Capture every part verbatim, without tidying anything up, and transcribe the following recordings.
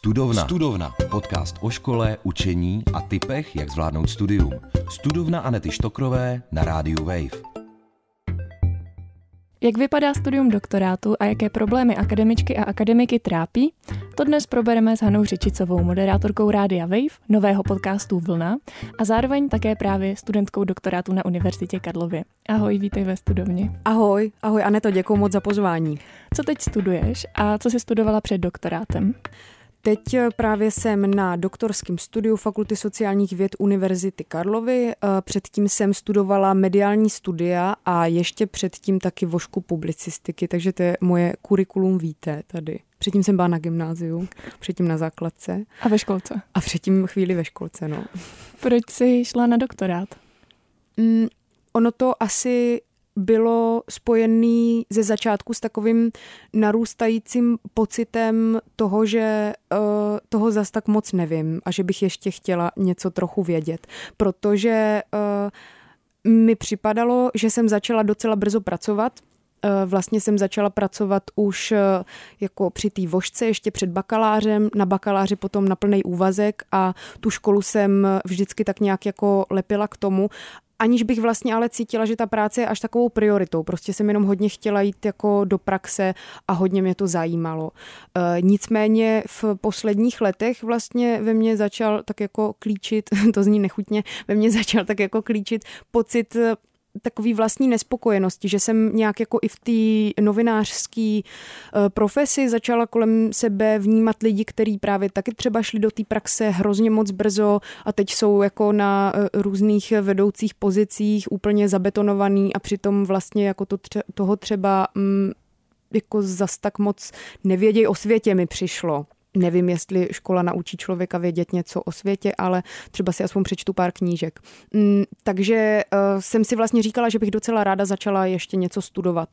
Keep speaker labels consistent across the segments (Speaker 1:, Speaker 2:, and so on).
Speaker 1: Studovna. Studovna. Podcast o škole, učení a tipech, jak zvládnout studium. Studovna Anety Štokrové na rádiu Wave.
Speaker 2: Jak vypadá studium doktorátu a jaké problémy akademičky a akademiky trápí, to dnes probereme s Hanou Řičicovou, moderátorkou Rádia Wave, nového podcastu Vlna a zároveň také právě studentkou doktorátu na Univerzitě Karlově. Ahoj, vítej ve studovně.
Speaker 3: Ahoj, ahoj Aneto, děkuju moc za pozvání.
Speaker 2: Co teď studuješ a co jsi studovala před doktorátem?
Speaker 3: Teď právě jsem na doktorském studiu Fakulty sociálních věd Univerzity Karlovy. Předtím jsem studovala mediální studia a ještě předtím taky vošku publicistiky, takže to je moje kurikulum vitae tady. Předtím jsem byla na gymnáziu, předtím na základce.
Speaker 2: A ve školce?
Speaker 3: A předtím chvíli ve školce, no.
Speaker 2: Proč jsi šla na doktorát?
Speaker 3: Mm, ono to asi bylo spojený ze začátku s takovým narůstajícím pocitem toho, že uh, toho zas tak moc nevím a že bych ještě chtěla něco trochu vědět. Protože uh, mi připadalo, že jsem začala docela brzo pracovat. Uh, vlastně jsem začala pracovat už uh, jako při té vožce ještě před bakalářem, na bakaláři potom na plný úvazek a tu školu jsem vždycky tak nějak jako lepila k tomu, aniž bych vlastně ale cítila, že ta práce je až takovou prioritou. Prostě jsem jenom hodně chtěla jít jako do praxe a hodně mě to zajímalo. E, nicméně v posledních letech vlastně ve mně začal tak jako klíčit, to zní nechutně, ve mně začal tak jako klíčit pocit takový vlastní nespokojenosti, že jsem nějak jako i v té novinářské profesi začala kolem sebe vnímat lidi, kteří právě taky třeba šli do té praxe hrozně moc brzo a teď jsou jako na různých vedoucích pozicích úplně zabetonovaný a přitom vlastně jako to tře- toho třeba mm, jako zas tak moc nevěděj o světě mi přišlo. Nevím, jestli škola naučí člověka vědět něco o světě, ale třeba si aspoň přečtu pár knížek. Mm, takže uh, jsem si vlastně říkala, že bych docela ráda začala ještě něco studovat.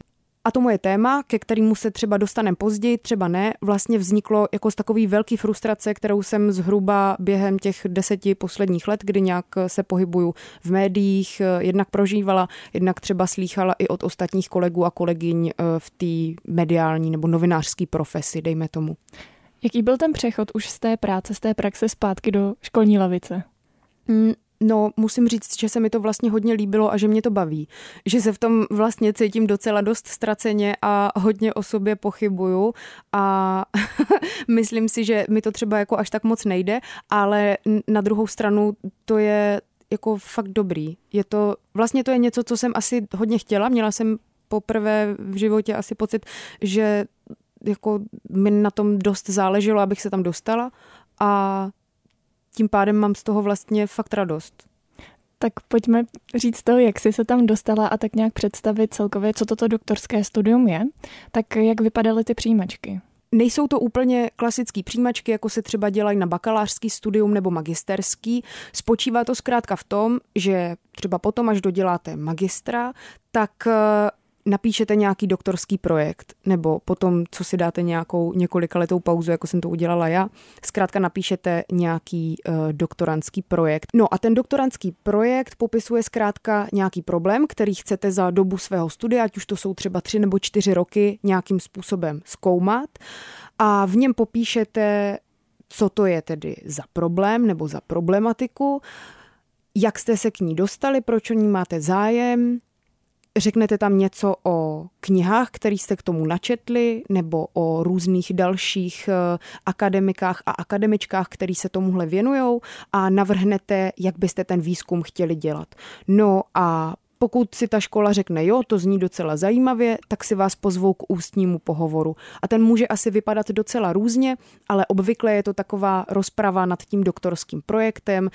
Speaker 3: A to moje téma, ke kterému se třeba dostaneme později, třeba ne, vlastně vzniklo jako z takový velký frustrace, kterou jsem zhruba během těch deseti posledních let, kdy nějak se pohybuju v médiích, jednak prožívala, jednak třeba slýchala i od ostatních kolegů a kolegyň v té mediální nebo novinářské profesi, dejme tomu.
Speaker 2: Jaký byl ten přechod už z té práce, z té praxe zpátky do školní lavice?
Speaker 3: Mm, no, musím říct, že se mi to vlastně hodně líbilo a že mě to baví. Že se v tom vlastně cítím docela dost ztraceně a hodně o sobě pochybuju a myslím si, že mi to třeba jako až tak moc nejde, ale na druhou stranu to je jako fakt dobrý. Je to, vlastně to je něco, co jsem asi hodně chtěla. Měla jsem poprvé v životě asi pocit, že jako mi na tom dost záleželo, abych se tam dostala a tím pádem mám z toho vlastně fakt radost.
Speaker 2: Tak pojďme říct to, jak jsi se tam dostala a tak nějak představit celkově, co toto doktorské studium je. Tak jak vypadaly ty přijímačky?
Speaker 3: Nejsou to úplně klasické přijímačky, jako se třeba dělají na bakalářský studium nebo magisterský. Spočívá to zkrátka v tom, že třeba potom, až doděláte magistra, tak napíšete nějaký doktorský projekt, nebo potom, co si dáte nějakou několikaletou pauzu, jako jsem to udělala já, zkrátka napíšete nějaký uh, doktorandský projekt. No a ten doktorandský projekt popisuje zkrátka nějaký problém, který chcete za dobu svého studia, ať už to jsou třeba tři nebo čtyři roky, nějakým způsobem zkoumat a v něm popíšete, co to je tedy za problém nebo za problematiku, jak jste se k ní dostali, proč o ní máte zájem. Řeknete tam něco o knihách, které jste k tomu načetli, nebo o různých dalších akademikách a akademičkách, který se tomuhle věnujou a navrhnete, jak byste ten výzkum chtěli dělat. No a pokud si ta škola řekne, jo, to zní docela zajímavě, tak si vás pozvou k ústnímu pohovoru. A ten může asi vypadat docela různě, ale obvykle je to taková rozprava nad tím doktorským projektem,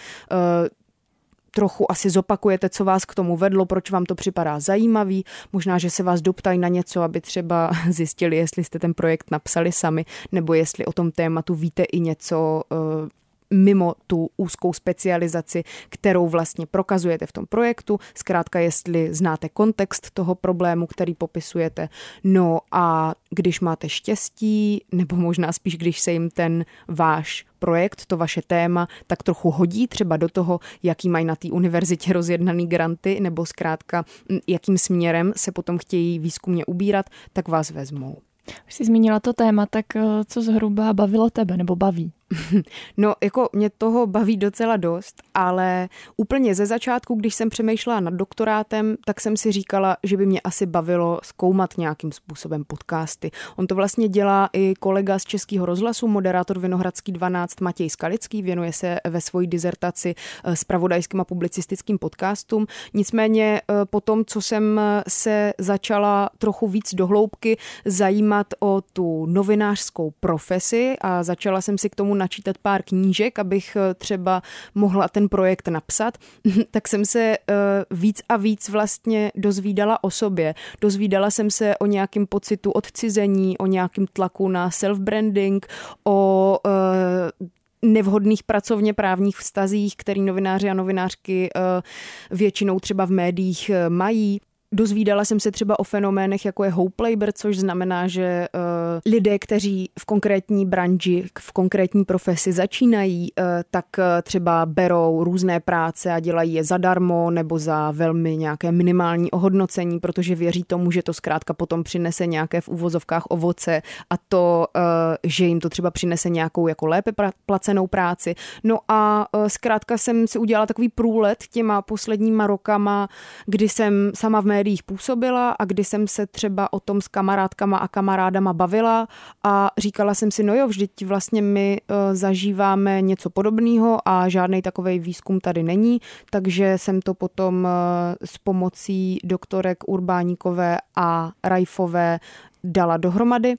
Speaker 3: trochu asi zopakujete, co vás k tomu vedlo, proč vám to připadá zajímavý. Možná, že se vás doptají na něco, aby třeba zjistili, jestli jste ten projekt napsali sami, nebo jestli o tom tématu víte i něco uh, mimo tu úzkou specializaci, kterou vlastně prokazujete v tom projektu. Zkrátka, jestli znáte kontext toho problému, který popisujete. No a když máte štěstí, nebo možná spíš, když se jim ten váš projekt, to vaše téma, tak trochu hodí třeba do toho, jaký mají na té univerzitě rozjednaný granty, nebo zkrátka, jakým směrem se potom chtějí výzkumně ubírat, tak vás vezmou.
Speaker 2: Už jsi zmínila to téma, tak co zhruba bavilo tebe nebo baví?
Speaker 3: No, jako mě toho baví docela dost, ale úplně ze začátku, když jsem přemýšlela nad doktorátem, tak jsem si říkala, že by mě asi bavilo zkoumat nějakým způsobem podcasty. On to vlastně dělá i kolega z Českého rozhlasu, moderátor Vinohradský dvanáct Matěj Skalický, věnuje se ve své dizertaci zpravodajským a publicistickým podcastům. Nicméně po tom, co jsem se začala trochu víc dohloubky zajímat o tu novinářskou profesi a začala jsem si k tomu načítat pár knížek, abych třeba mohla ten projekt napsat, tak jsem se víc a víc vlastně dozvídala o sobě. Dozvídala jsem se o nějakém pocitu odcizení, o nějakém tlaku na self-branding, o nevhodných pracovně právních vztazích, který novináři a novinářky většinou třeba v médiích mají. Dozvídala jsem se třeba o fenoménech, jako je hope labor, což znamená, že uh, lidé, kteří v konkrétní branži, v konkrétní profesi začínají, uh, tak uh, třeba berou různé práce a dělají je zadarmo nebo za velmi nějaké minimální ohodnocení, protože věří tomu, že to zkrátka potom přinese nějaké v úvozovkách ovoce a to, uh, že jim to třeba přinese nějakou jako lépe pra- placenou práci. No a uh, zkrátka jsem si udělala takový průlet těma posledníma rokama, kdy jsem sama v médiích působila a kdy jsem se třeba o tom s kamarádkama a kamarádama bavila a říkala jsem si, no jo, vždyť vlastně my uh, zažíváme něco podobného a žádnej takovej výzkum tady není, takže jsem to potom uh, s pomocí doktorek Urbáníkové a Rajfové dala dohromady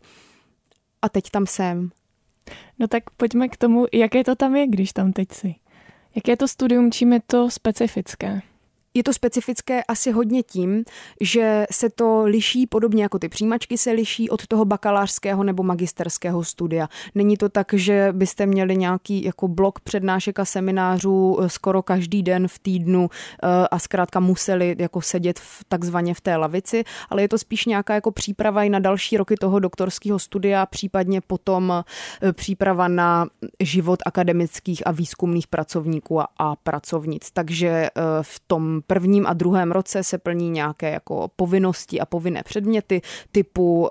Speaker 3: a teď tam jsem.
Speaker 2: No tak pojďme k tomu, jaké to tam je, když tam teď jsi. Jaké je to studium, čím je to specifické?
Speaker 3: Je to specifické asi hodně tím, že se to liší, podobně jako ty přijímačky se liší od toho bakalářského nebo magisterského studia. Není to tak, že byste měli nějaký jako blok přednášek a seminářů skoro každý den v týdnu a zkrátka museli jako sedět v, takzvaně v té lavici, ale je to spíš nějaká jako příprava i na další roky toho doktorského studia, případně potom příprava na život akademických a výzkumných pracovníků a, a pracovnic. Takže v tom prvním a druhém roce se plní nějaké jako povinnosti a povinné předměty typu uh,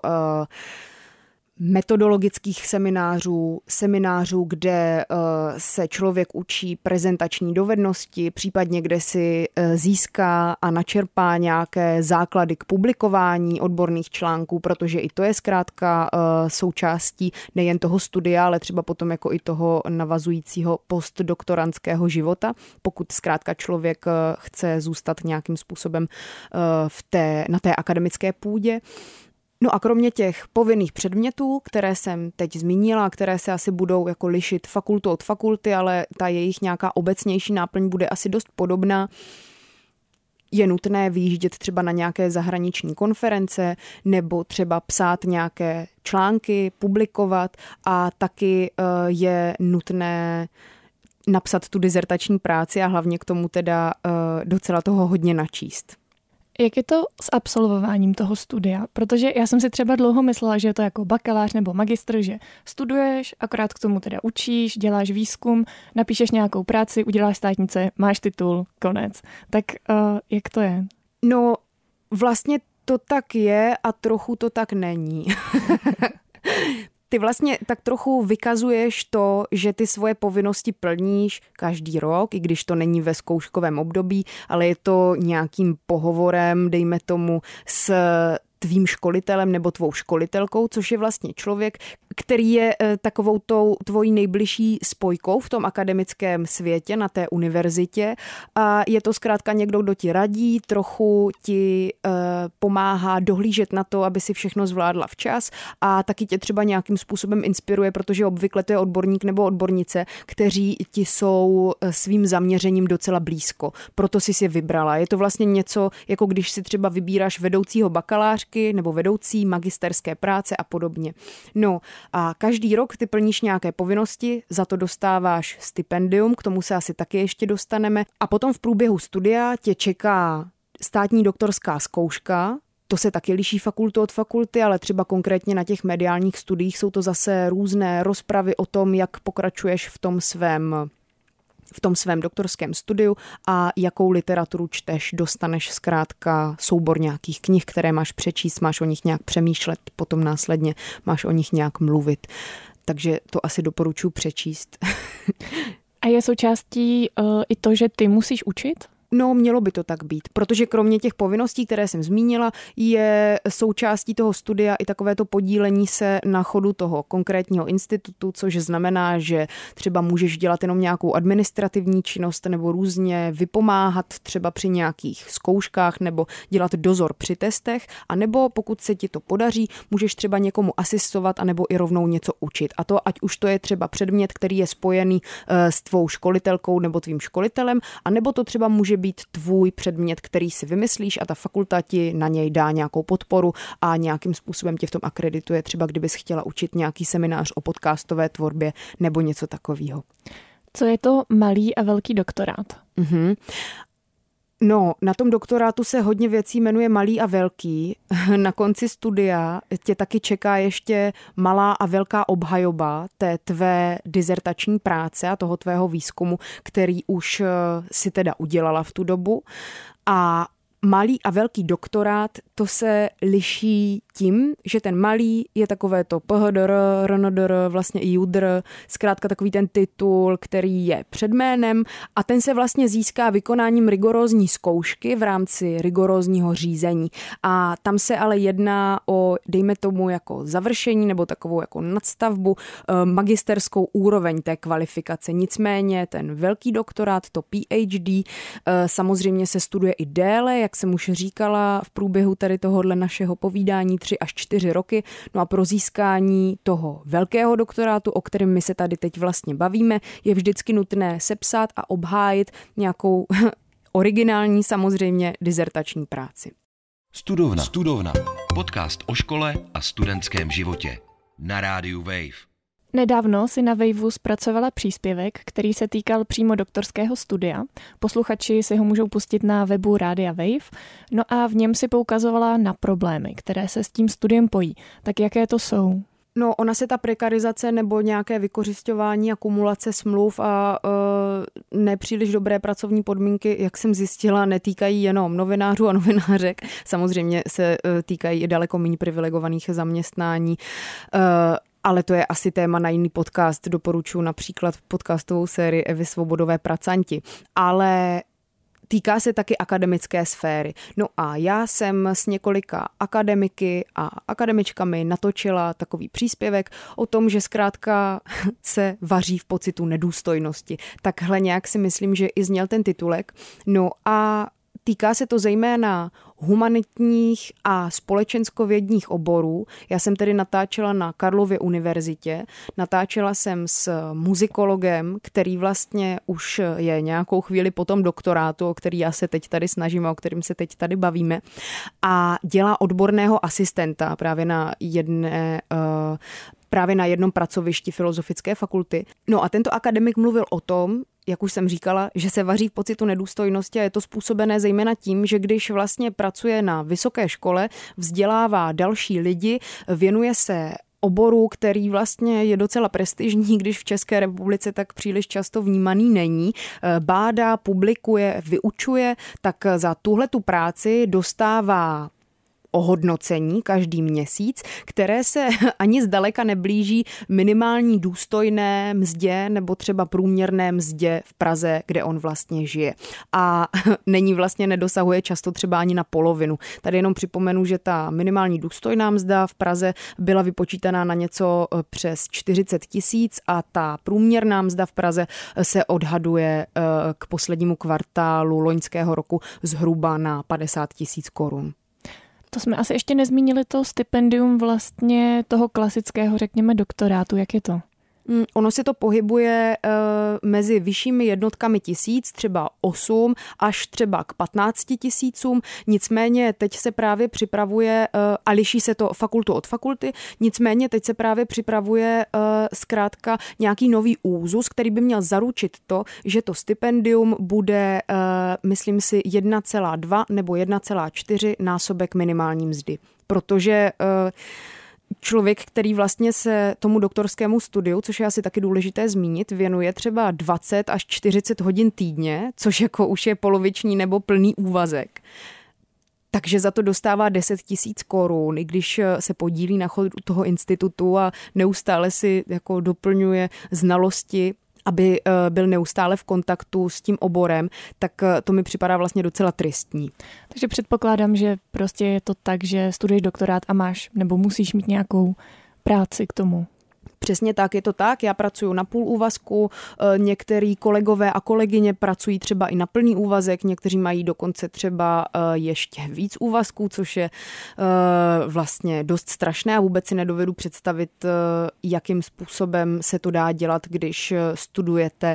Speaker 3: metodologických seminářů, seminářů, kde uh, se člověk učí prezentační dovednosti, případně kde si uh, získá a načerpá nějaké základy k publikování odborných článků, protože i to je zkrátka uh, součástí nejen toho studia, ale třeba potom jako i toho navazujícího postdoktorandského života, pokud zkrátka člověk uh, chce zůstat nějakým způsobem uh, v té, na té akademické půdě. No a kromě těch povinných předmětů, které jsem teď zmínila, které se asi budou jako lišit fakultu od fakulty, ale ta jejich nějaká obecnější náplň bude asi dost podobná, je nutné vyjíždět třeba na nějaké zahraniční konference nebo třeba psát nějaké články, publikovat a taky je nutné napsat tu dizertační práci a hlavně k tomu teda docela toho hodně načíst.
Speaker 2: Jak je to s absolvováním toho studia? Protože já jsem si třeba dlouho myslela, že je to jako bakalář nebo magistr, že studuješ, akorát k tomu teda učíš, děláš výzkum, napíšeš nějakou práci, uděláš státnice, máš titul, konec. Tak uh, jak to je?
Speaker 3: No vlastně to tak je a trochu to tak není. Ty vlastně tak trochu vykazuješ to, že ty svoje povinnosti plníš každý rok, i když to není ve zkouškovém období, ale je to nějakým pohovorem, dejme tomu, s tvým školitelem nebo tvou školitelkou, což je vlastně člověk, který je takovou tou tvojí nejbližší spojkou v tom akademickém světě na té univerzitě a je to zkrátka někdo, kdo ti radí, trochu ti eh, pomáhá dohlížet na to, aby si všechno zvládla včas a taky tě třeba nějakým způsobem inspiruje, protože obvykle to je odborník nebo odbornice, kteří ti jsou svým zaměřením docela blízko. Proto jsi si je vybrala. Je to vlastně něco, jako když si třeba vybíráš vedoucího bakaláře nebo vedoucí magisterské práce a podobně. No a každý rok ty plníš nějaké povinnosti, za to dostáváš stipendium, k tomu se asi taky ještě dostaneme a potom v průběhu studia tě čeká státní doktorská zkouška. To se taky liší fakultu od fakulty, ale třeba konkrétně na těch mediálních studiích jsou to zase různé rozpravy o tom, jak pokračuješ v tom svém v tom svém doktorském studiu a jakou literaturu čteš, dostaneš zkrátka soubor nějakých knih, které máš přečíst, máš o nich nějak přemýšlet, potom následně máš o nich nějak mluvit. Takže to asi doporučuji přečíst.
Speaker 2: A je součástí uh, i to, že ty musíš učit?
Speaker 3: No, mělo by to tak být, protože kromě těch povinností, které jsem zmínila, je součástí toho studia i takovéto podílení se na chodu toho konkrétního institutu, což znamená, že třeba můžeš dělat jenom nějakou administrativní činnost nebo různě vypomáhat třeba při nějakých zkouškách nebo dělat dozor při testech, a nebo pokud se ti to podaří, můžeš třeba někomu asistovat a nebo i rovnou něco učit. A to ať už to je třeba předmět, který je spojený s tvou školitelkou nebo tvým školitelem, a nebo to třeba může být tvůj předmět, který si vymyslíš a ta fakulta ti na něj dá nějakou podporu a nějakým způsobem tě v tom akredituje, třeba kdybys chtěla učit nějaký seminář o podcastové tvorbě nebo něco takového.
Speaker 2: Co je to malý a velký doktorát?
Speaker 3: Mhm. No, na tom doktorátu se hodně věcí jmenuje malý a velký. Na konci studia tě taky čeká ještě malá a velká obhajoba té tvé dizertační práce a toho tvého výzkumu, který už si teda udělala v tu dobu. A malý a velký doktorát, to se liší tím, že ten malý je takové to P H D R, R N D R, vlastně i J U D R, zkrátka takový ten titul, který je před jménem, a ten se vlastně získá vykonáním rigorózní zkoušky v rámci rigorózního řízení. A tam se ale jedná o, dejme tomu, jako završení nebo takovou jako nadstavbu, magisterskou úroveň té kvalifikace. Nicméně ten velký doktorát, to P H D, samozřejmě se studuje i déle, jak jsem už říkala v průběhu tady tohohle našeho povídání, tři až čtyři roky. No a pro získání toho velkého doktorátu, o kterém my se tady teď vlastně bavíme, je vždycky nutné sepsat a obhájit nějakou originální, samozřejmě, dizertační práci.
Speaker 1: Studovna. Studovna. Podcast o škole a studentském životě. Na rádiu Wave.
Speaker 2: Nedávno si na Waveu zpracovala příspěvek, který se týkal přímo doktorského studia. Posluchači si ho můžou pustit na webu Rádia Wave. No a v něm si poukazovala na problémy, které se s tím studiem pojí. Tak jaké to jsou?
Speaker 3: No, ona se ta prekarizace nebo nějaké vykořisťování a kumulace smluv a e, nepříliš dobré pracovní podmínky, jak jsem zjistila, netýkají jenom novinářů a novinářek. Samozřejmě se e, týkají i daleko méně privilegovaných zaměstnání. E, Ale to je asi téma na jiný podcast. Doporučuji například podcastovou sérii Evy Svobodové Pracanti. Ale týká se taky akademické sféry. No a já jsem s několika akademiky a akademičkami natočila takový příspěvek o tom, že zkrátka se vaří v pocitu nedůstojnosti. Takhle nějak si myslím, že i zněl ten titulek. No a týká se to zejména humanitních a společenskovědních oborů. Já jsem tedy natáčela na Karlově univerzitě, natáčela jsem s muzikologem, který vlastně už je nějakou chvíli po tom doktorátu, o který já se teď tady snažím a o kterým se teď tady bavíme, a dělá odborného asistenta právě na jedné uh, právě na jednom pracovišti Filozofické fakulty. No a tento akademik mluvil o tom, jak už jsem říkala, že se vaří v pocitu nedůstojnosti a je to způsobené zejména tím, že když vlastně pracuje na vysoké škole, vzdělává další lidi, věnuje se oboru, který vlastně je docela prestižní, když v České republice tak příliš často vnímaný není, bádá, publikuje, vyučuje, tak za tuhletu práci dostává ohodnocení každý měsíc, které se ani zdaleka neblíží minimální důstojné mzdě nebo třeba průměrné mzdě v Praze, kde on vlastně žije. A není vlastně nedosahuje často třeba ani na polovinu. Tady jenom připomenu, že ta minimální důstojná mzda v Praze byla vypočítaná na něco přes čtyřicet tisíc a ta průměrná mzda v Praze se odhaduje k poslednímu kvartálu loňského roku zhruba na padesát tisíc korun.
Speaker 2: To jsme asi ještě nezmínili to stipendium vlastně toho klasického, řekněme, doktorátu. Jak je to?
Speaker 3: Ono se to pohybuje uh, mezi vyššími jednotkami tisíc, třeba osm až třeba k patnácti tisícům. Nicméně teď se právě připravuje, uh, a liší se to fakultu od fakulty, nicméně teď se právě připravuje uh, zkrátka nějaký nový úzus, který by měl zaručit to, že to stipendium bude, uh, myslím si, jedna celá dva nebo jedna celá čtyři násobek minimální mzdy. Protože uh, člověk, který vlastně se tomu doktorskému studiu, což je asi taky důležité zmínit, věnuje třeba dvacet až čtyřicet hodin týdně, což jako už je poloviční nebo plný úvazek. Takže za to dostává deset tisíc korun, i když se podílí na chodu toho institutu a neustále si jako doplňuje znalosti, aby byl neustále v kontaktu s tím oborem, tak to mi připadá vlastně docela tristní.
Speaker 2: Takže předpokládám, že prostě je to tak, že studuješ doktorát a máš nebo musíš mít nějakou práci k tomu.
Speaker 3: Přesně tak, je to tak. Já pracuji na půl úvazku, některý kolegové a kolegyně pracují třeba i na plný úvazek, někteří mají dokonce třeba ještě víc úvazků, což je vlastně dost strašné a vůbec si nedovedu představit, jakým způsobem se to dá dělat, když studujete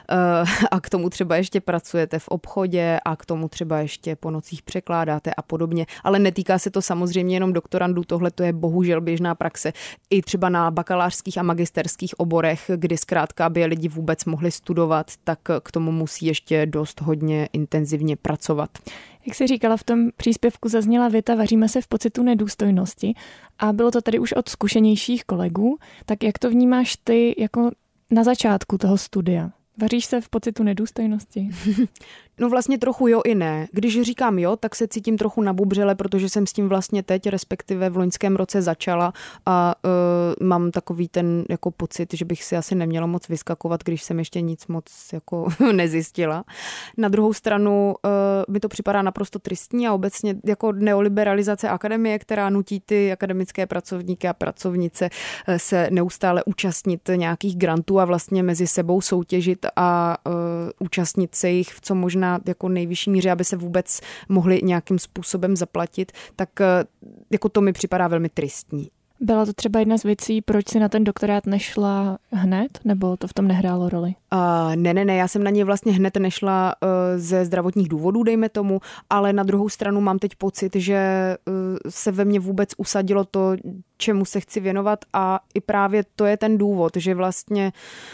Speaker 3: a k tomu třeba ještě pracujete v obchodě a k tomu třeba ještě po nocích překládáte a podobně. Ale netýká se to samozřejmě jenom doktorandů, tohle to je bohužel běžná praxe i třeba na bakalářských a magisterských oborech, kdy zkrátka, aby lidi vůbec mohli studovat, tak k tomu musí ještě dost hodně intenzivně pracovat.
Speaker 2: Jak jsi říkala, v tom příspěvku zazněla věta vaříme se v pocitu nedůstojnosti a bylo to tady už od zkušenějších kolegů, tak jak to vnímáš ty jako na začátku toho studia? Vaříš se v pocitu nedůstojnosti?
Speaker 3: No vlastně trochu jo i ne. Když říkám jo, tak se cítím trochu nabubřele, protože jsem s tím vlastně teď, respektive v loňském roce začala a uh, mám takový ten jako pocit, že bych si asi neměla moc vyskakovat, když jsem ještě nic moc jako nezjistila. Na druhou stranu uh, mi to připadá naprosto tristní a obecně jako neoliberalizace akademie, která nutí ty akademické pracovníky a pracovnice uh, se neustále účastnit nějakých grantů a vlastně mezi sebou soutěžit a uh, účastnit se jich v co možná jako nejvyšší míře, aby se vůbec mohli nějakým způsobem zaplatit, tak jako to mi připadá velmi tristní.
Speaker 2: Byla to třeba jedna z věcí, proč si na ten doktorát nešla hned, nebo to v tom nehrálo roli?
Speaker 3: Uh, ne, ne, ne, já jsem na něj vlastně hned nešla uh, ze zdravotních důvodů, dejme tomu, ale na druhou stranu mám teď pocit, že uh, se ve mně vůbec usadilo to, čemu se chci věnovat a i právě to je ten důvod, že vlastně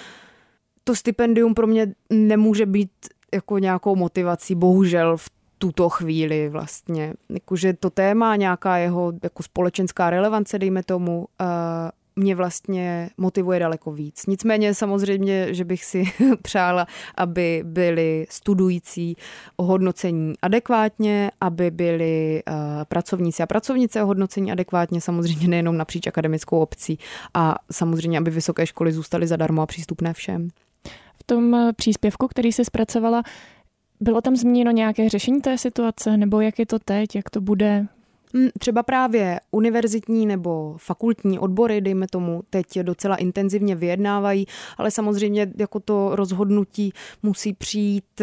Speaker 3: to stipendium pro mě nemůže být jako nějakou motivací, bohužel v tuto chvíli vlastně. Jakože to téma, nějaká jeho jako společenská relevance, dejme tomu, uh, mě vlastně motivuje daleko víc. Nicméně samozřejmě, že bych si přála, aby byli studující ohodnocení adekvátně, aby byli uh, pracovníci a pracovnice ohodnocení adekvátně, samozřejmě nejenom napříč akademickou obcí a samozřejmě, aby vysoké školy zůstaly zadarmo a přístupné všem.
Speaker 2: V tom příspěvku, který jsi zpracovala, bylo tam zmíněno nějaké řešení té situace, nebo jak je to teď, jak to bude?
Speaker 3: Třeba právě univerzitní nebo fakultní odbory, dejme tomu, teď docela intenzivně vyjednávají, ale samozřejmě jako to rozhodnutí musí přijít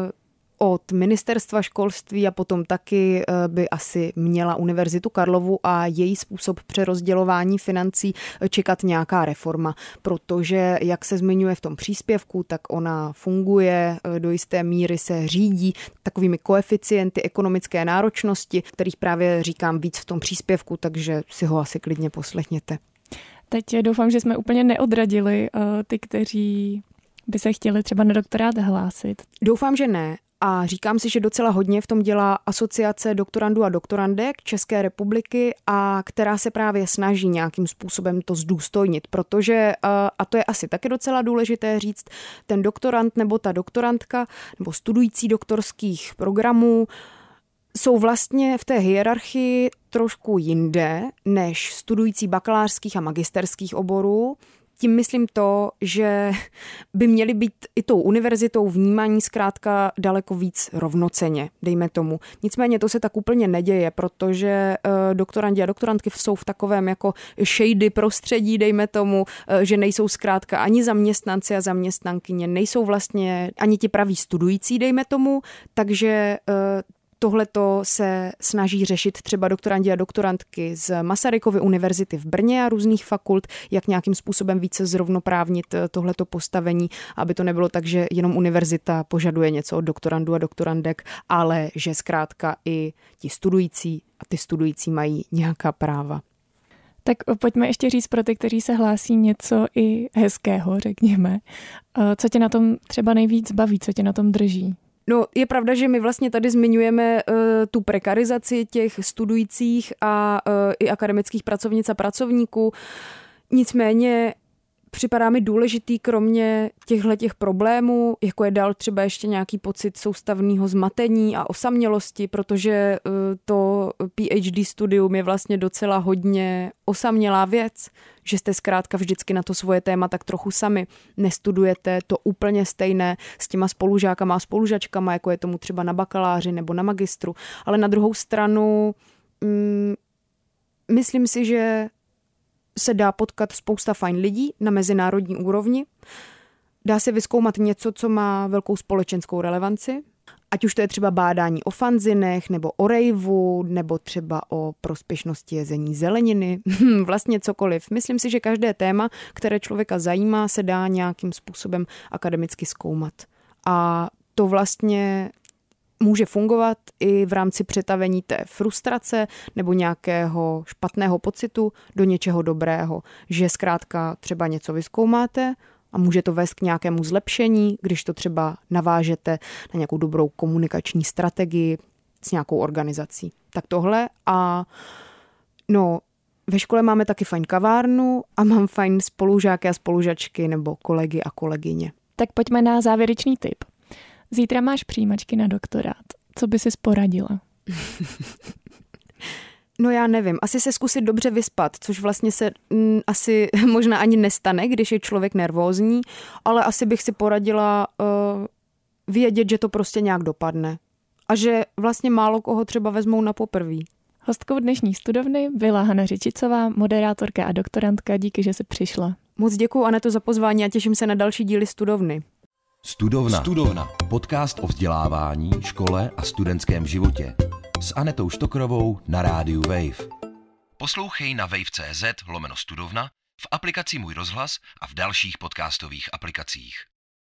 Speaker 3: od ministerstva školství a potom taky by asi měla Univerzitu Karlovu a její způsob přerozdělování financí čekat nějaká reforma, protože jak se zmiňuje v tom příspěvku, tak ona funguje, do jisté míry se řídí takovými koeficienty ekonomické náročnosti, kterých právě říkám víc v tom příspěvku, takže si ho asi klidně poslechněte.
Speaker 2: Teď doufám, že jsme úplně neodradili uh, ty, kteří by se chtěli třeba na doktorát hlásit.
Speaker 3: Doufám, že ne. A říkám si, že docela hodně v tom dělá Asociace doktorandů a doktorandek České republiky, a která se právě snaží nějakým způsobem to zdůstojnit, protože, a to je asi taky docela důležité říct, ten doktorand nebo ta doktorandka nebo studující doktorských programů jsou vlastně v té hierarchii trošku jinde než studující bakalářských a magisterských oborů. Tím myslím to, že by měly být i tou univerzitou vnímaní zkrátka daleko víc rovnocenně, dejme tomu. Nicméně to se tak úplně neděje, protože uh, doktorandi a doktorantky jsou v takovém jako shady prostředí, dejme tomu, uh, že nejsou zkrátka ani zaměstnanci a zaměstnankyně, nejsou vlastně ani ti praví studující, dejme tomu, takže uh, tohleto se snaží řešit třeba doktorandi a doktorantky z Masarykovy univerzity v Brně a různých fakult, jak nějakým způsobem více zrovnoprávnit tohleto postavení, aby to nebylo tak, že jenom univerzita požaduje něco od doktorandů a doktorandek, ale že zkrátka i ti studující a ty studující mají nějaká práva.
Speaker 2: Tak pojďme ještě říct pro ty, kteří se hlásí, něco i hezkého, řekněme. Co tě na tom třeba nejvíc baví, co tě na tom drží?
Speaker 3: No, je pravda, že my vlastně tady zmiňujeme uh, tu prekarizaci těch studujících a uh, i akademických pracovnic a pracovníků. Nicméně připadá mi důležitý, kromě těchto problémů, jako je dál třeba ještě nějaký pocit soustavného zmatení a osamělosti, protože uh, to PhD studium je vlastně docela hodně osamělá věc, že jste zkrátka vždycky na to svoje téma tak trochu sami. Nestudujete to úplně stejné s těma spolužákama a spolužačkama, jako je tomu třeba na bakaláři nebo na magistru. Ale na druhou stranu mm, myslím si, že se dá potkat spousta fajn lidí na mezinárodní úrovni. Dá se vyzkoumat něco, co má velkou společenskou relevanci. Ať už to je třeba bádání o fanzinech, nebo o rejvu, nebo třeba o prospěšnosti jezení zeleniny, vlastně cokoliv. Myslím si, že každé téma, které člověka zajímá, se dá nějakým způsobem akademicky zkoumat. A to vlastně může fungovat i v rámci přetavení té frustrace nebo nějakého špatného pocitu do něčeho dobrého. Že zkrátka třeba něco vyzkoumáte a může to vést k nějakému zlepšení, když to třeba navážete na nějakou dobrou komunikační strategii s nějakou organizací. Tak tohle a no, ve škole máme taky fajn kavárnu a mám fajn spolužáky a spolužačky nebo kolegy a kolegyně.
Speaker 2: Tak pojďme na závěrečný tip. Zítra máš přijímačky na doktorát. Co by sis poradila?
Speaker 3: No já nevím, asi se zkusit dobře vyspat, což vlastně se m, asi možná ani nestane, když je člověk nervózní, ale asi bych si poradila uh, vědět, že to prostě nějak dopadne. A že vlastně málo koho třeba vezmou na poprví.
Speaker 2: Hostkou dnešní studovny byla Hana Řičicová, moderátorka a doktorantka. Díky, že jsi přišla.
Speaker 3: Moc děkuju, Aneto, za pozvání a těším se na další díly studovny.
Speaker 1: Studovna. Studovna. Podcast o vzdělávání, škole a studentském životě. S Anetou Štokrovou na rádiu Wave. Poslouchej na wave tečka cz lomeno studovna, v aplikaci Můj rozhlas a v dalších podcastových aplikacích.